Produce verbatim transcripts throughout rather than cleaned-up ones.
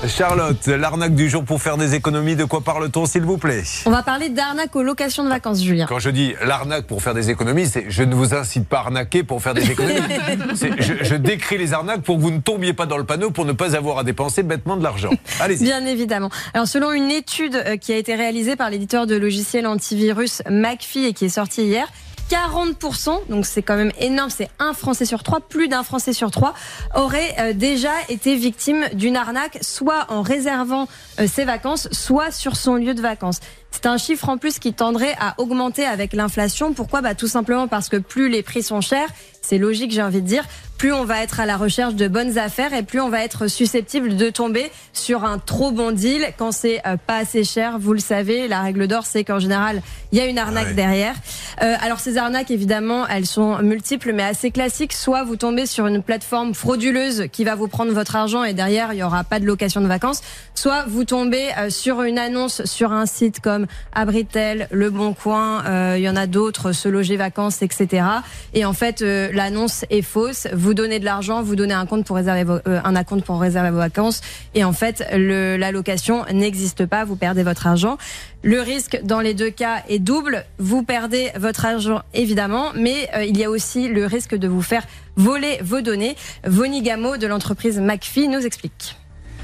Charlotte, l'arnaque du jour pour faire des économies, de quoi parle-t-on s'il vous plaît? On va parler d'arnaque aux locations de vacances, Julien. Quand je dis l'arnaque pour faire des économies, c'est je ne vous incite pas à arnaquer pour faire des économies. je, je décris les arnaques pour que vous ne tombiez pas dans le panneau pour ne pas avoir à dépenser bêtement de l'argent. Allez-y. Bien évidemment. Alors selon une étude qui a été réalisée par l'éditeur de logiciels antivirus McAfee et qui est sortie hier, quarante pour cent, donc c'est quand même énorme, c'est un Français sur trois, plus d'un Français sur trois, aurait euh, déjà été victime d'une arnaque, soit en réservant euh, ses vacances, soit sur son lieu de vacances. C'est un chiffre en plus qui tendrait à augmenter avec l'inflation. Pourquoi ? Bah, tout simplement parce que plus les prix sont chers, c'est logique, j'ai envie de dire, plus on va être à la recherche de bonnes affaires et plus on va être susceptible de tomber sur un trop bon deal quand c'est euh, pas assez cher. Vous le savez, la règle d'or, c'est qu'en général, il y a une arnaque ouais. derrière. Euh, alors ces arnaques, évidemment, elles sont multiples mais assez classiques. Soit vous tombez sur une plateforme frauduleuse qui va vous prendre votre argent et derrière, il y aura pas de location de vacances. Soit vous tombez euh, sur une annonce sur un site comme Abritel, Le Bon Coin, euh, il y en a d'autres, Se Loger Vacances, et cetera. Et en fait, euh, l'annonce est fausse. Vous donnez de l'argent, vous donnez un compte pour réserver vos, euh, un compte pour réserver vos vacances, et en fait, le, la location n'existe pas. Vous perdez votre argent. Le risque dans les deux cas est double. Vous perdez votre argent évidemment, mais euh, il y a aussi le risque de vous faire voler vos données. Vony Gamo de l'entreprise McAfee nous explique.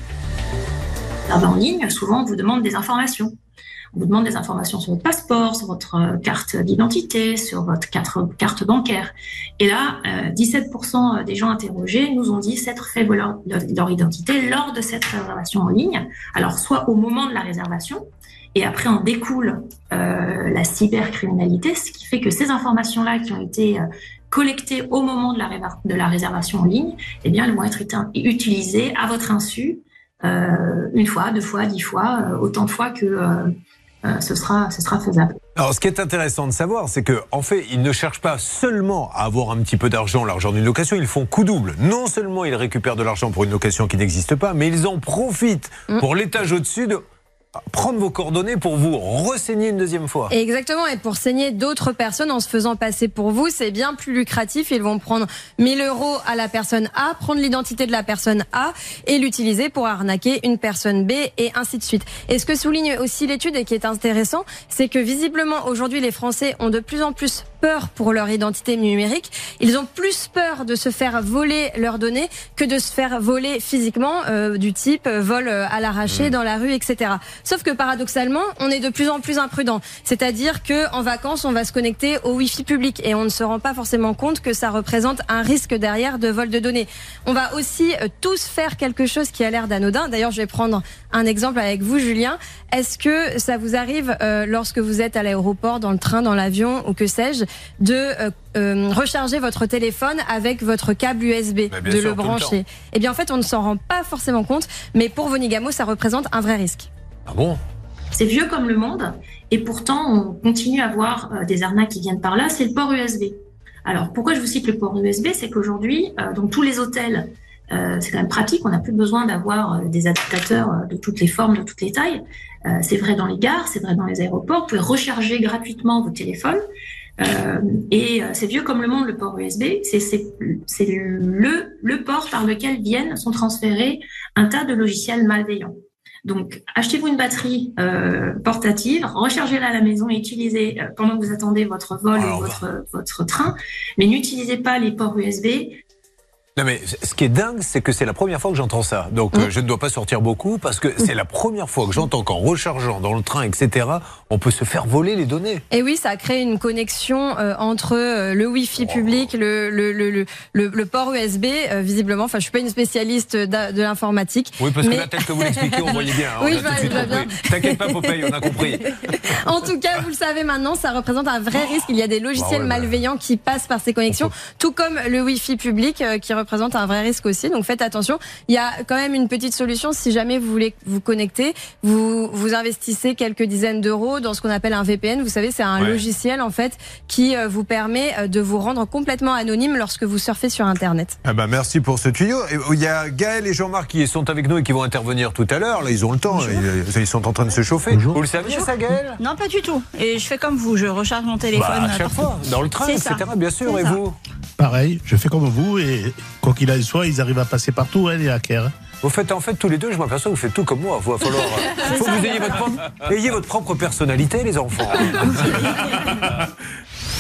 En ligne, souvent, on vous demande des informations. On vous demande des informations sur votre passeport, sur votre carte d'identité, sur votre carte, carte bancaire. Et là, euh, dix-sept pour cent des gens interrogés nous ont dit s'être fait voler leur, leur identité lors de cette réservation en ligne. Alors, soit au moment de la réservation, et après en découle euh, la cybercriminalité, ce qui fait que ces informations-là qui ont été euh, collectées au moment de la, de la réservation en ligne, eh bien, elles vont être utilisées à votre insu, euh, une fois, deux fois, dix fois, euh, autant de fois que euh, euh, ce sera, ce sera faisable. Alors, ce qui est intéressant de savoir, c'est que, en fait, ils ne cherchent pas seulement à avoir un petit peu d'argent, l'argent d'une location, ils font coup double. Non seulement ils récupèrent de l'argent pour une location qui n'existe pas, mais ils en profitent mmh. pour l'étage au-dessus de prendre vos coordonnées pour vous renseigner une deuxième fois. Exactement, et pour saigner d'autres personnes en se faisant passer pour vous, c'est bien plus lucratif. Ils vont prendre mille euros à la personne A, prendre l'identité de la personne A et l'utiliser pour arnaquer une personne B et ainsi de suite. Et ce que souligne aussi l'étude et qui est intéressant, c'est que visiblement aujourd'hui les Français ont de plus en plus peur pour leur identité numérique. Ils ont plus peur de se faire voler leurs données que de se faire voler physiquement, euh, du type euh, vol à l'arraché mmh. dans la rue, et cetera. Sauf que paradoxalement, on est de plus en plus imprudent. C'est-à-dire que en vacances, on va se connecter au Wi-Fi public et on ne se rend pas forcément compte que ça représente un risque derrière de vol de données. On va aussi euh, tous faire quelque chose qui a l'air d'anodin. D'ailleurs, je vais prendre un exemple avec vous, Julien. Est-ce que ça vous arrive euh, lorsque vous êtes à l'aéroport, dans le train, dans l'avion ou que sais-je, de euh, euh, recharger votre téléphone avec votre câble U S B, de sûr, le brancher? Eh bien, en fait, on ne s'en rend pas forcément compte, mais pour Vony Gamo, ça représente un vrai risque. Ah bon? C'est vieux comme le monde, et pourtant, on continue à voir euh, des arnaques qui viennent par là. C'est le port U S B. Alors, pourquoi je vous cite le port U S B? C'est qu'aujourd'hui, euh, dans tous les hôtels, euh, c'est quand même pratique. On n'a plus besoin d'avoir euh, des adaptateurs euh, de toutes les formes, de toutes les tailles. Euh, c'est vrai dans les gares, c'est vrai dans les aéroports. Vous pouvez recharger gratuitement vos téléphones. Euh, et euh, c'est vieux comme le monde, le port U S B. C'est, c'est, c'est le, le port par lequel viennent, sont transférés un tas de logiciels malveillants. Donc, achetez-vous une batterie euh, portative, rechargez-la à la maison et utilisez euh, pendant que vous attendez votre vol Alors, ou votre, votre train, mais n'utilisez pas les ports U S B. Non mais ce qui est dingue, c'est que c'est la première fois que j'entends ça. Donc mmh. euh, je ne dois pas sortir beaucoup parce que mmh. c'est la première fois que j'entends qu'en rechargeant dans le train, et cetera, on peut se faire voler les données. Et oui, ça a créé une connexion euh, entre euh, le Wi-Fi oh. public, le, le, le, le, le, le port U S B, euh, visiblement. Enfin, je suis pas une spécialiste de, de l'informatique. Oui, parce mais... que la tête que vous l'expliquez, on voyait bien. Hein, oui, on a je vois bien. T'inquiète pas, Popeye, on a compris. En tout cas, vous le savez maintenant, ça représente un vrai risque. Il y a des logiciels bah ouais, malveillants bah... qui passent par ces connexions, peut... tout comme le Wi-Fi public euh, qui représente un vrai risque aussi, donc faites attention. Il y a quand même une petite solution si jamais vous voulez vous connecter, vous vous investissez quelques dizaines d'euros dans ce qu'on appelle un V P N. Vous savez, c'est un ouais. logiciel en fait qui vous permet de vous rendre complètement anonyme lorsque vous surfez sur Internet. Ah bah merci pour ce tuyau. Il y a Gaël et Jean-Marc qui sont avec nous et qui vont intervenir tout à l'heure. Là, ils ont le temps. Ils, ils sont en train de se chauffer. Bonjour. Vous le saviez ça, Gaël? Non, pas du tout. Et je fais comme vous, je recharge mon téléphone. Bah, à chaque fois, dans le train, et cetera. Bien sûr. Et vous? Pareil, je fais comme vous et quoi qu'il en soit, ils arrivent à passer partout, hein, les hackers. Vous faites en fait tous les deux, je m'aperçois que vous faites tout comme moi. Il va falloir, faut que vous ayez votre, propre, ayez votre propre personnalité, les enfants.